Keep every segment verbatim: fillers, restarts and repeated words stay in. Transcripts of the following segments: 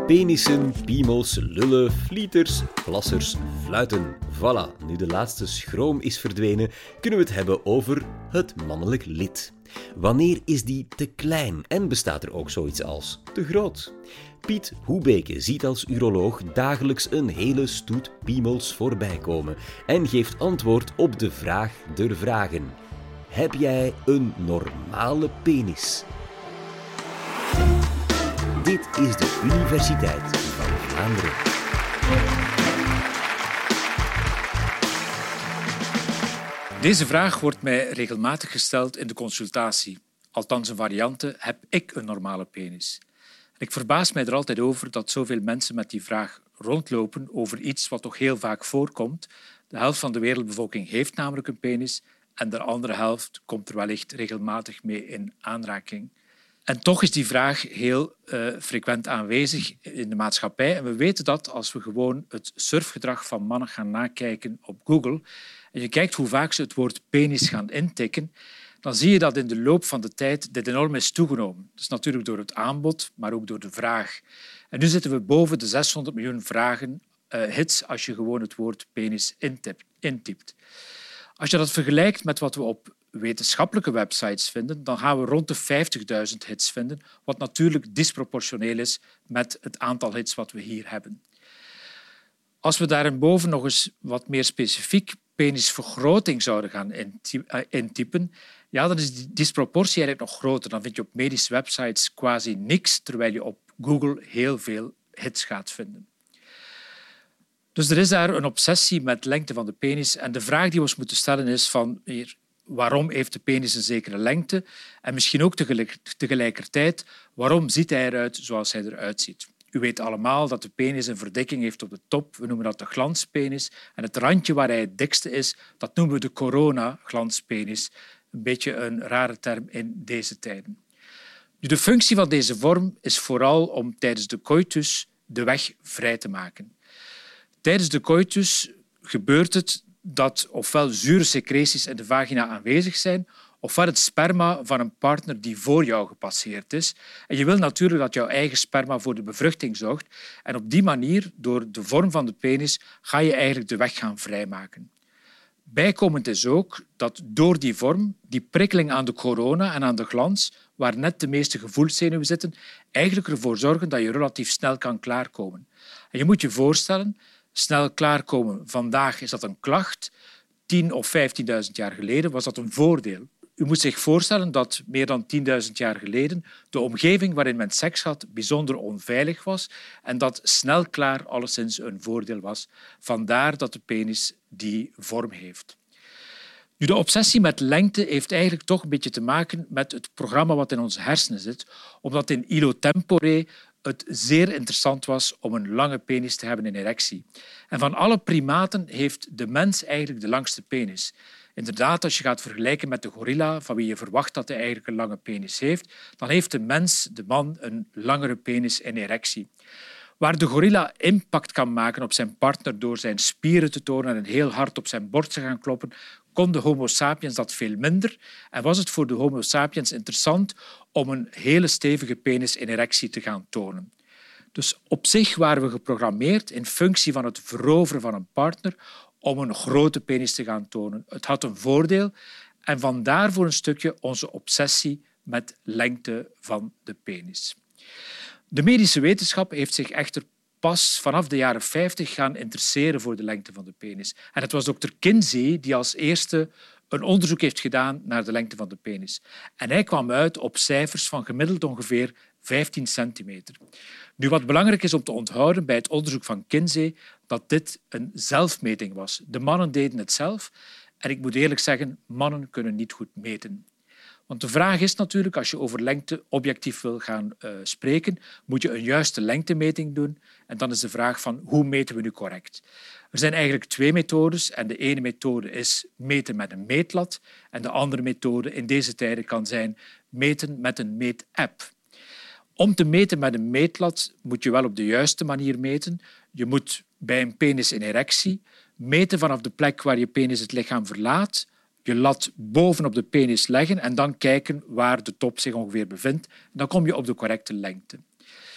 Penissen, piemels, lullen, flieters, plassers, fluiten. Voilà, nu de laatste schroom is verdwenen, kunnen we het hebben over het mannelijk lid. Wanneer is die te klein en bestaat er ook zoiets als te groot? Piet Hoebeke ziet als uroloog dagelijks een hele stoet piemels voorbij komen en geeft antwoord op de vraag der vragen. Heb jij een normale penis? Dit is de Universiteit van Vlaanderen. Deze vraag wordt mij regelmatig gesteld in de consultatie. Althans een variante, heb ik een normale penis? En ik verbaas mij er altijd over dat zoveel mensen met die vraag rondlopen over iets wat toch heel vaak voorkomt. De helft van de wereldbevolking heeft namelijk een penis en de andere helft komt er wellicht regelmatig mee in aanraking. En toch is die vraag heel uh, frequent aanwezig in de maatschappij. En we weten dat als we gewoon het surfgedrag van mannen gaan nakijken op Google en je kijkt hoe vaak ze het woord penis gaan intikken, dan zie je dat in de loop van de tijd dit enorm is toegenomen. Dat is natuurlijk door het aanbod, maar ook door de vraag. En nu zitten we boven de zeshonderd miljoen vragen, uh, hits, als je gewoon het woord penis intypt, intypt. Als je dat vergelijkt met wat we op wetenschappelijke websites vinden, dan gaan we rond de vijftigduizend hits vinden, wat natuurlijk disproportioneel is met het aantal hits wat we hier hebben. Als we daarboven nog eens wat meer specifiek penisvergroting zouden gaan intypen, ja, dan is die disproportie eigenlijk nog groter. Dan vind je op medische websites quasi niks, terwijl je op Google heel veel hits gaat vinden. Dus er is daar een obsessie met de lengte van de penis. En de vraag die we ons moeten stellen is van, hier, waarom heeft de penis een zekere lengte? En misschien ook tegelijkertijd, waarom ziet hij eruit zoals hij eruit ziet? U weet allemaal dat de penis een verdikking heeft op de top. We noemen dat de glanspenis. En het randje waar hij het dikste is, dat noemen we de corona-glanspenis. Een beetje een rare term in deze tijden. Nu, de functie van deze vorm is vooral om tijdens de coitus de weg vrij te maken. Tijdens de coitus gebeurt het dat ofwel zure secreties in de vagina aanwezig zijn, ofwel het sperma van een partner die voor jou gepasseerd is. En je wil natuurlijk dat jouw eigen sperma voor de bevruchting zorgt. En op die manier, door de vorm van de penis, ga je eigenlijk de weg gaan vrijmaken. Bijkomend is ook dat door die vorm, die prikkeling aan de corona en aan de glans, waar net de meeste gevoelszenuwen zitten, eigenlijk ervoor zorgen dat je relatief snel kan klaarkomen. En je moet je voorstellen, snel klaarkomen, vandaag is dat een klacht. tien of vijftienduizend jaar geleden was dat een voordeel. U moet zich voorstellen dat meer dan tienduizend jaar geleden de omgeving waarin men seks had bijzonder onveilig was en dat snel klaar alleszins een voordeel was. Vandaar dat de penis die vorm heeft. Nu, de obsessie met lengte heeft eigenlijk toch een beetje te maken met het programma wat in onze hersenen zit, omdat in illo tempore het zeer interessant was om een lange penis te hebben in erectie. En van alle primaten heeft de mens eigenlijk de langste penis. Inderdaad, als je gaat vergelijken met de gorilla, van wie je verwacht dat hij eigenlijk een lange penis heeft, dan heeft de mens, de man, een langere penis in erectie. Waar de gorilla impact kan maken op zijn partner door zijn spieren te tonen en heel hard op zijn borst te gaan kloppen, kon de homo sapiens dat veel minder en was het voor de homo sapiens interessant om een hele stevige penis in erectie te gaan tonen. Dus op zich waren we geprogrammeerd in functie van het veroveren van een partner om een grote penis te gaan tonen. Het had een voordeel en vandaar voor een stukje onze obsessie met lengte van de penis. De medische wetenschap heeft zich echter pas vanaf de jaren vijftig gaan interesseren voor de lengte van de penis. En het was dokter Kinsey die als eerste een onderzoek heeft gedaan naar de lengte van de penis. En hij kwam uit op cijfers van gemiddeld ongeveer vijftien centimeter. Nu, wat belangrijk is om te onthouden bij het onderzoek van Kinsey, dat dit een zelfmeting was. De mannen deden het zelf. En ik moet eerlijk zeggen, mannen kunnen niet goed meten. Want de vraag is natuurlijk, als je over lengte objectief wil gaan uh, spreken, moet je een juiste lengtemeting doen. En dan is de vraag van hoe meten we nu correct? Er zijn eigenlijk twee methodes. En de ene methode is meten met een meetlat. En de andere methode in deze tijden kan zijn meten met een meetapp. Om te meten met een meetlat moet je wel op de juiste manier meten. Je moet bij een penis in erectie meten vanaf de plek waar je penis het lichaam verlaat, je lat bovenop de penis leggen en dan kijken waar de top zich ongeveer bevindt. Dan kom je op de correcte lengte.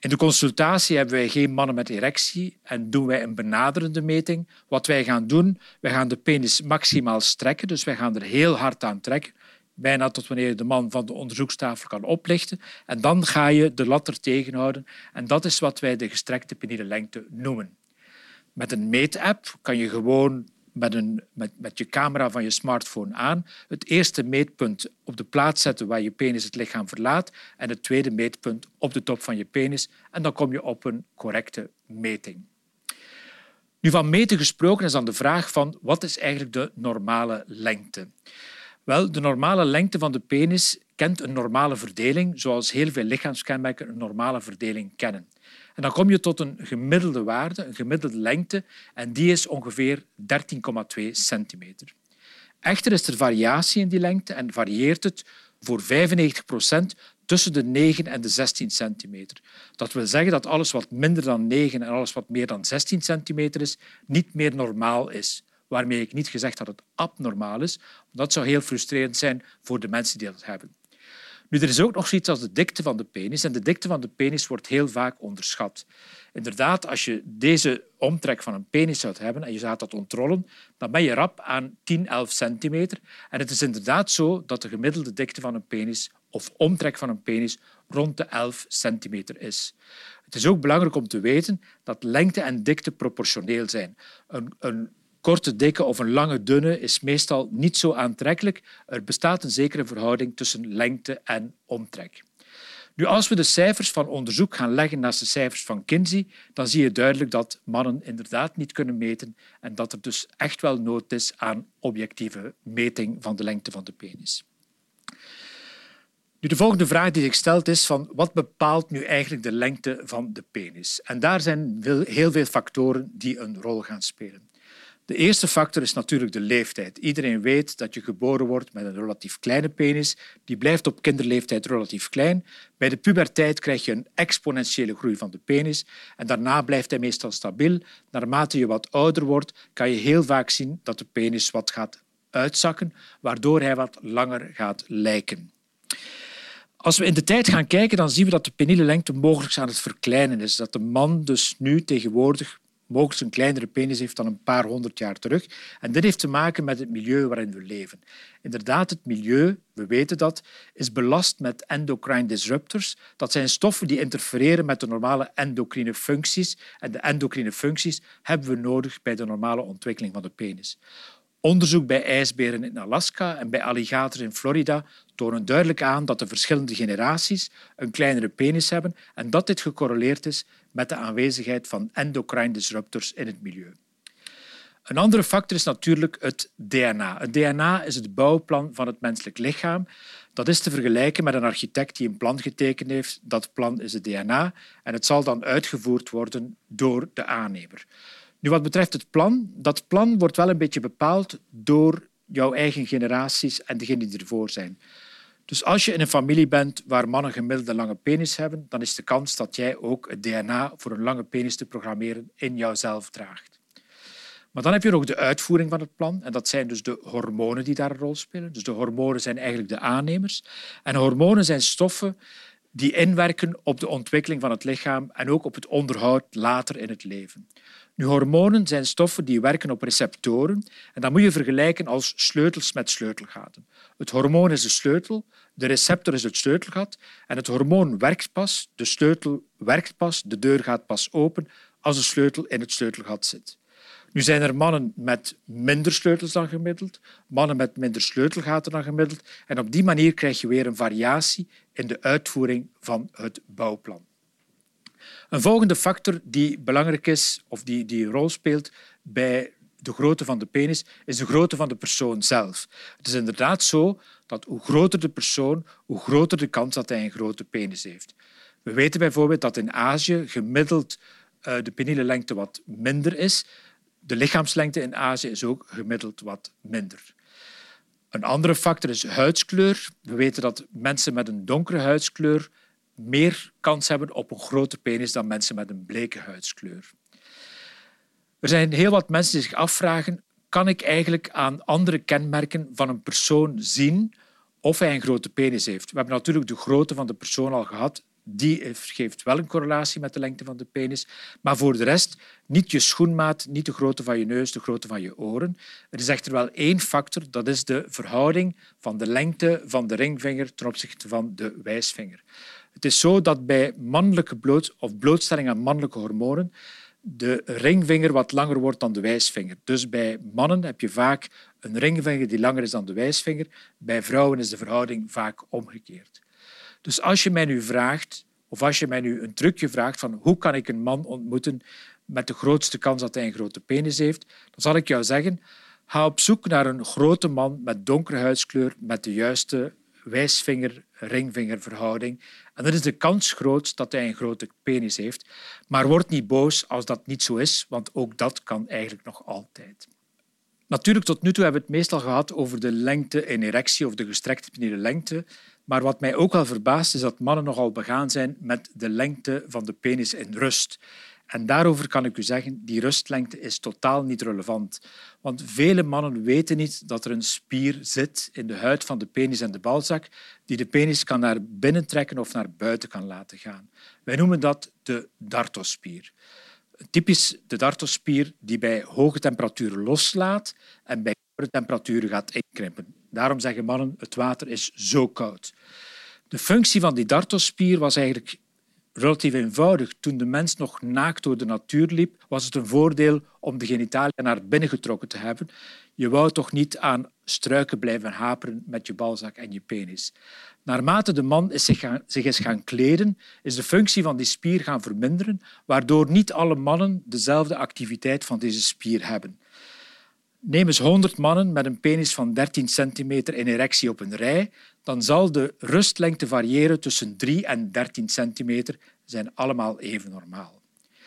In de consultatie hebben wij geen mannen met erectie en doen wij een benaderende meting. Wat wij gaan doen, wij gaan de penis maximaal strekken, dus wij gaan er heel hard aan trekken, bijna tot wanneer je de man van de onderzoekstafel kan oplichten. En dan ga je de lat er tegenhouden. En dat is wat wij de gestrekte peniele lengte noemen. Met een meetapp kan je gewoon met, een, met, met je camera van je smartphone aan het eerste meetpunt op de plaats zetten waar je penis het lichaam verlaat en het tweede meetpunt op de top van je penis. En dan kom je op een correcte meting. Nu, van meten gesproken is dan de vraag van wat is eigenlijk de normale lengte? Wel, de normale lengte van de penis kent een normale verdeling, zoals heel veel lichaamskenmerken een normale verdeling kennen. En dan kom je tot een gemiddelde waarde, een gemiddelde lengte, en die is ongeveer dertien komma twee centimeter. Echter is er variatie in die lengte en varieert het voor vijfennegentig procent tussen de negen en de zestien centimeter. Dat wil zeggen dat alles wat minder dan negen en alles wat meer dan zestien centimeter is, niet meer normaal is. Waarmee ik niet gezegd dat het abnormaal is. Dat zou heel frustrerend zijn voor de mensen die dat hebben. Nu, er is ook nog zoiets als de dikte van de penis. En de dikte van de penis wordt heel vaak onderschat. Inderdaad, als je deze omtrek van een penis zou hebben en je zou dat ontrollen, dan ben je rap aan tien, elf centimeter. En het is inderdaad zo dat de gemiddelde dikte van een penis of omtrek van een penis rond de elf centimeter is. Het is ook belangrijk om te weten dat lengte en dikte proportioneel zijn. Een, een korte, dikke of een lange, dunne is meestal niet zo aantrekkelijk. Er bestaat een zekere verhouding tussen lengte en omtrek. Nu, als we de cijfers van onderzoek gaan leggen naast de cijfers van Kinsey, dan zie je duidelijk dat mannen inderdaad niet kunnen meten en dat er dus echt wel nood is aan objectieve meting van de lengte van de penis. Nu, de volgende vraag die zich stelt is van wat bepaalt nu eigenlijk de lengte van de penis? En daar zijn heel veel factoren die een rol gaan spelen. De eerste factor is natuurlijk de leeftijd. Iedereen weet dat je geboren wordt met een relatief kleine penis. Die blijft op kinderleeftijd relatief klein. Bij de puberteit krijg je een exponentiële groei van de penis en daarna blijft hij meestal stabiel. Naarmate je wat ouder wordt, kan je heel vaak zien dat de penis wat gaat uitzakken, waardoor hij wat langer gaat lijken. Als we in de tijd gaan kijken, dan zien we dat de peniele lengte mogelijk aan het verkleinen is. Dat de man dus nu tegenwoordig mogelijk een kleinere penis heeft dan een paar honderd jaar terug. En dit heeft te maken met het milieu waarin we leven. Inderdaad, het milieu, we weten dat, is belast met endocrine disruptors. Dat zijn stoffen die interfereren met de normale endocrine functies. En de endocrine functies hebben we nodig bij de normale ontwikkeling van de penis. Onderzoek bij ijsberen in Alaska en bij alligators in Florida tonen duidelijk aan dat de verschillende generaties een kleinere penis hebben en dat dit gecorreleerd is met de aanwezigheid van endocrine disruptors in het milieu. Een andere factor is natuurlijk het D N A. Het D N A is het bouwplan van het menselijk lichaam. Dat is te vergelijken met een architect die een plan getekend heeft. Dat plan is het D N A en het zal dan uitgevoerd worden door de aannemer. Nu, wat betreft het plan, dat plan wordt wel een beetje bepaald door jouw eigen generaties en degenen die ervoor zijn. Dus als je in een familie bent waar mannen gemiddeld een lange penis hebben, dan is de kans dat jij ook het D N A voor een lange penis te programmeren in jouzelf draagt. Maar dan heb je nog de uitvoering van het plan en dat zijn dus de hormonen die daar een rol spelen. Dus de hormonen zijn eigenlijk de aannemers. En hormonen zijn stoffen die inwerken op de ontwikkeling van het lichaam en ook op het onderhoud later in het leven. Nu, hormonen zijn stoffen die werken op receptoren en dat moet je vergelijken als sleutels met sleutelgaten. Het hormoon is de sleutel, de receptor is het sleutelgat en het hormoon werkt pas, de sleutel werkt pas, de deur gaat pas open als de sleutel in het sleutelgat zit. Nu zijn er mannen met minder sleutels dan gemiddeld, mannen met minder sleutelgaten dan gemiddeld en op die manier krijg je weer een variatie in de uitvoering van het bouwplan. Een volgende factor die belangrijk is of die, die een rol speelt bij de grootte van de penis is de grootte van de persoon zelf. Het is inderdaad zo dat hoe groter de persoon, hoe groter de kans dat hij een grote penis heeft. We weten bijvoorbeeld dat in Azië gemiddeld uh, de peniele lengte wat minder is. De lichaamslengte in Azië is ook gemiddeld wat minder. Een andere factor is huidskleur. We weten dat mensen met een donkere huidskleur meer kans hebben op een grote penis dan mensen met een bleke huidskleur. Er zijn heel wat mensen die zich afvragen, kan ik eigenlijk aan andere kenmerken van een persoon zien of hij een grote penis heeft? We hebben natuurlijk de grootte van de persoon al gehad. die geeft wel een correlatie met de lengte van de penis. Maar voor de rest, niet je schoenmaat, niet de grootte van je neus, de grootte van je oren. Er is echter wel één factor, dat is de verhouding van de lengte van de ringvinger ten opzichte van de wijsvinger. Het is zo dat bij mannelijke bloot, of blootstelling aan mannelijke hormonen de ringvinger wat langer wordt dan de wijsvinger. Dus bij mannen heb je vaak een ringvinger die langer is dan de wijsvinger. Bij vrouwen is de verhouding vaak omgekeerd. Dus als je mij nu vraagt, of als je mij nu een trucje vraagt van hoe kan ik een man ontmoeten met de grootste kans dat hij een grote penis heeft, dan zal ik jou zeggen, ga op zoek naar een grote man met donkere huidskleur, met de juiste wijsvinger-ringvinger-verhouding. En dan is de kans groot dat hij een grote penis heeft. Maar word niet boos als dat niet zo is, want ook dat kan eigenlijk nog altijd. Natuurlijk, tot nu toe hebben we het meestal gehad over de lengte in erectie of de gestrekte peniele lengte. Maar wat mij ook al verbaast, is dat mannen nogal begaan zijn met de lengte van de penis in rust. En daarover kan ik u zeggen, die rustlengte is totaal niet relevant. Want vele mannen weten niet dat er een spier zit in de huid van de penis en de balzak die de penis kan naar binnen trekken of naar buiten kan laten gaan. Wij noemen dat de dartospier. Typisch de dartospier die bij hoge temperaturen loslaat en bij koude temperaturen gaat inkrimpen. Daarom zeggen mannen, het water is zo koud. De functie van die dartospier was eigenlijk relatief eenvoudig. Toen de mens nog naakt door de natuur liep, was het een voordeel om de genitalia naar binnen getrokken te hebben. Je wou toch niet aan struiken blijven haperen met je balzak en je penis. Naarmate de man is zich, gaan, zich is gaan kleden, is de functie van die spier gaan verminderen, waardoor niet alle mannen dezelfde activiteit van deze spier hebben. Neem eens honderd mannen met een penis van dertien centimeter in erectie op een rij, dan zal de rustlengte variëren tussen drie en dertien centimeter, zijn allemaal even normaal.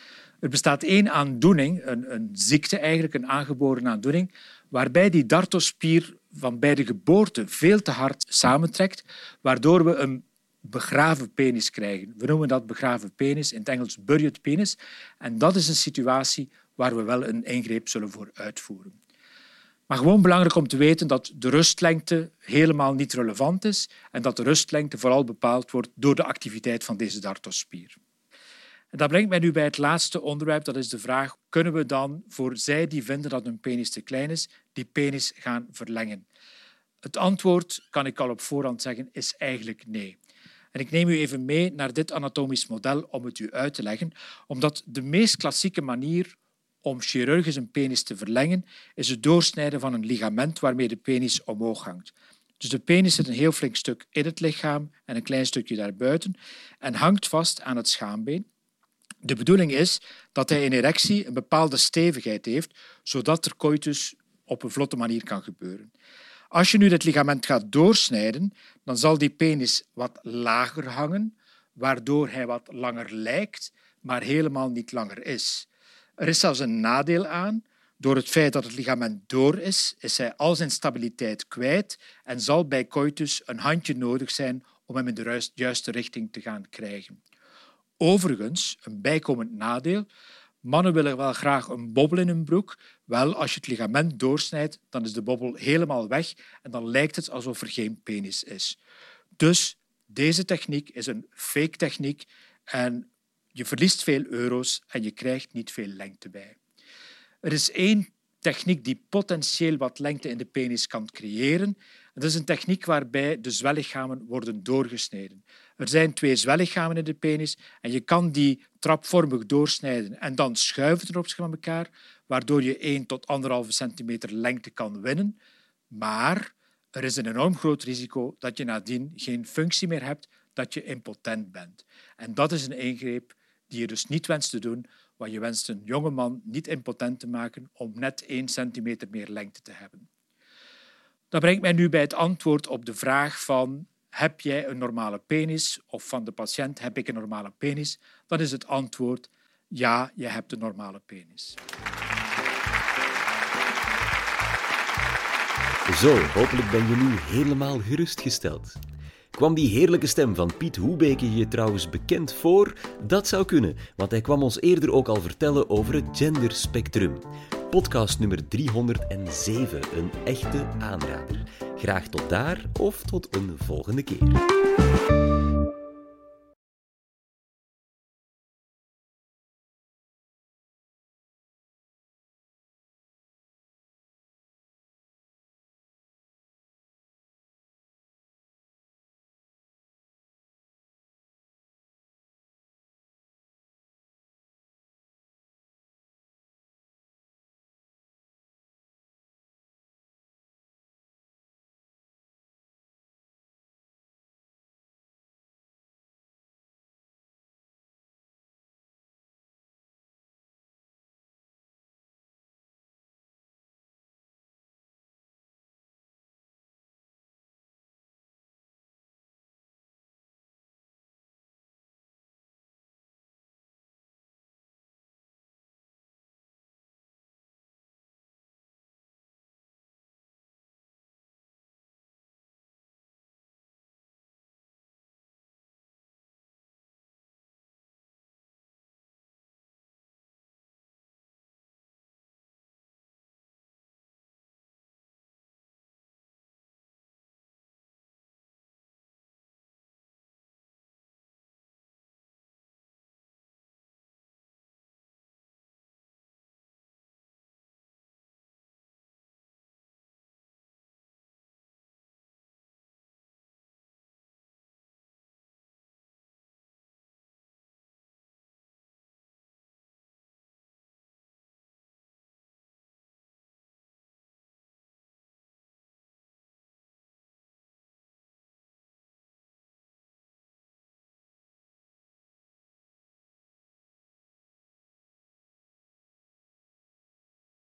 Er bestaat één aandoening, een, een ziekte eigenlijk, een aangeboren aandoening, waarbij die dartospier van bij de geboorte veel te hard samentrekt, waardoor we een begraven penis krijgen. We noemen dat begraven penis, in het Engels buried penis. En dat is een situatie waar we wel een ingreep zullen voor uitvoeren. Maar gewoon belangrijk om te weten dat de rustlengte helemaal niet relevant is en dat de rustlengte vooral bepaald wordt door de activiteit van deze dartospier. En dat brengt mij nu bij het laatste onderwerp, dat is de vraag, kunnen we dan voor zij die vinden dat hun penis te klein is, die penis gaan verlengen? Het antwoord, kan ik al op voorhand zeggen, is eigenlijk nee. En ik neem u even mee naar dit anatomisch model om het u uit te leggen, omdat de meest klassieke manier om chirurgisch een penis te verlengen is het doorsnijden van een ligament waarmee de penis omhoog hangt. Dus de penis zit een heel flink stuk in het lichaam en een klein stukje daarbuiten en hangt vast aan het schaambeen. De bedoeling is dat hij in erectie een bepaalde stevigheid heeft, zodat er coitus op een vlotte manier kan gebeuren. Als je nu dit ligament gaat doorsnijden, dan zal die penis wat lager hangen, waardoor hij wat langer lijkt, maar helemaal niet langer is. Er is zelfs een nadeel aan. Door het feit dat het ligament door is, is hij al zijn stabiliteit kwijt en zal bij coitus een handje nodig zijn om hem in de juiste richting te gaan krijgen. Overigens, een bijkomend nadeel, mannen willen wel graag een bobbel in hun broek. Wel, als je het ligament doorsnijdt, dan is de bobbel helemaal weg en dan lijkt het alsof er geen penis is. Dus deze techniek is een fake techniek en je verliest veel euro's en je krijgt niet veel lengte bij. Er is één techniek die potentieel wat lengte in de penis kan creëren. Dat is een techniek waarbij de zwellichamen worden doorgesneden. Er zijn twee zwellichamen in de penis en je kan die trapvormig doorsnijden en dan schuiven ten opzichte van elkaar, waardoor je één tot anderhalve centimeter lengte kan winnen. Maar er is een enorm groot risico dat je nadien geen functie meer hebt, dat je impotent bent. En dat is een ingreep die je dus niet wenst te doen, want je wenst een jonge man niet impotent te maken om net één centimeter meer lengte te hebben. Dat brengt mij nu bij het antwoord op de vraag van heb jij een normale penis of van de patiënt heb ik een normale penis? Dan is het antwoord ja, je hebt een normale penis. Zo, hopelijk ben je nu helemaal gerustgesteld. Kwam die heerlijke stem van Piet Hoebeke je trouwens bekend voor? Dat zou kunnen, want hij kwam ons eerder ook al vertellen over het genderspectrum. Podcast nummer driehonderdzeven, een echte aanrader. Graag tot daar of tot een volgende keer.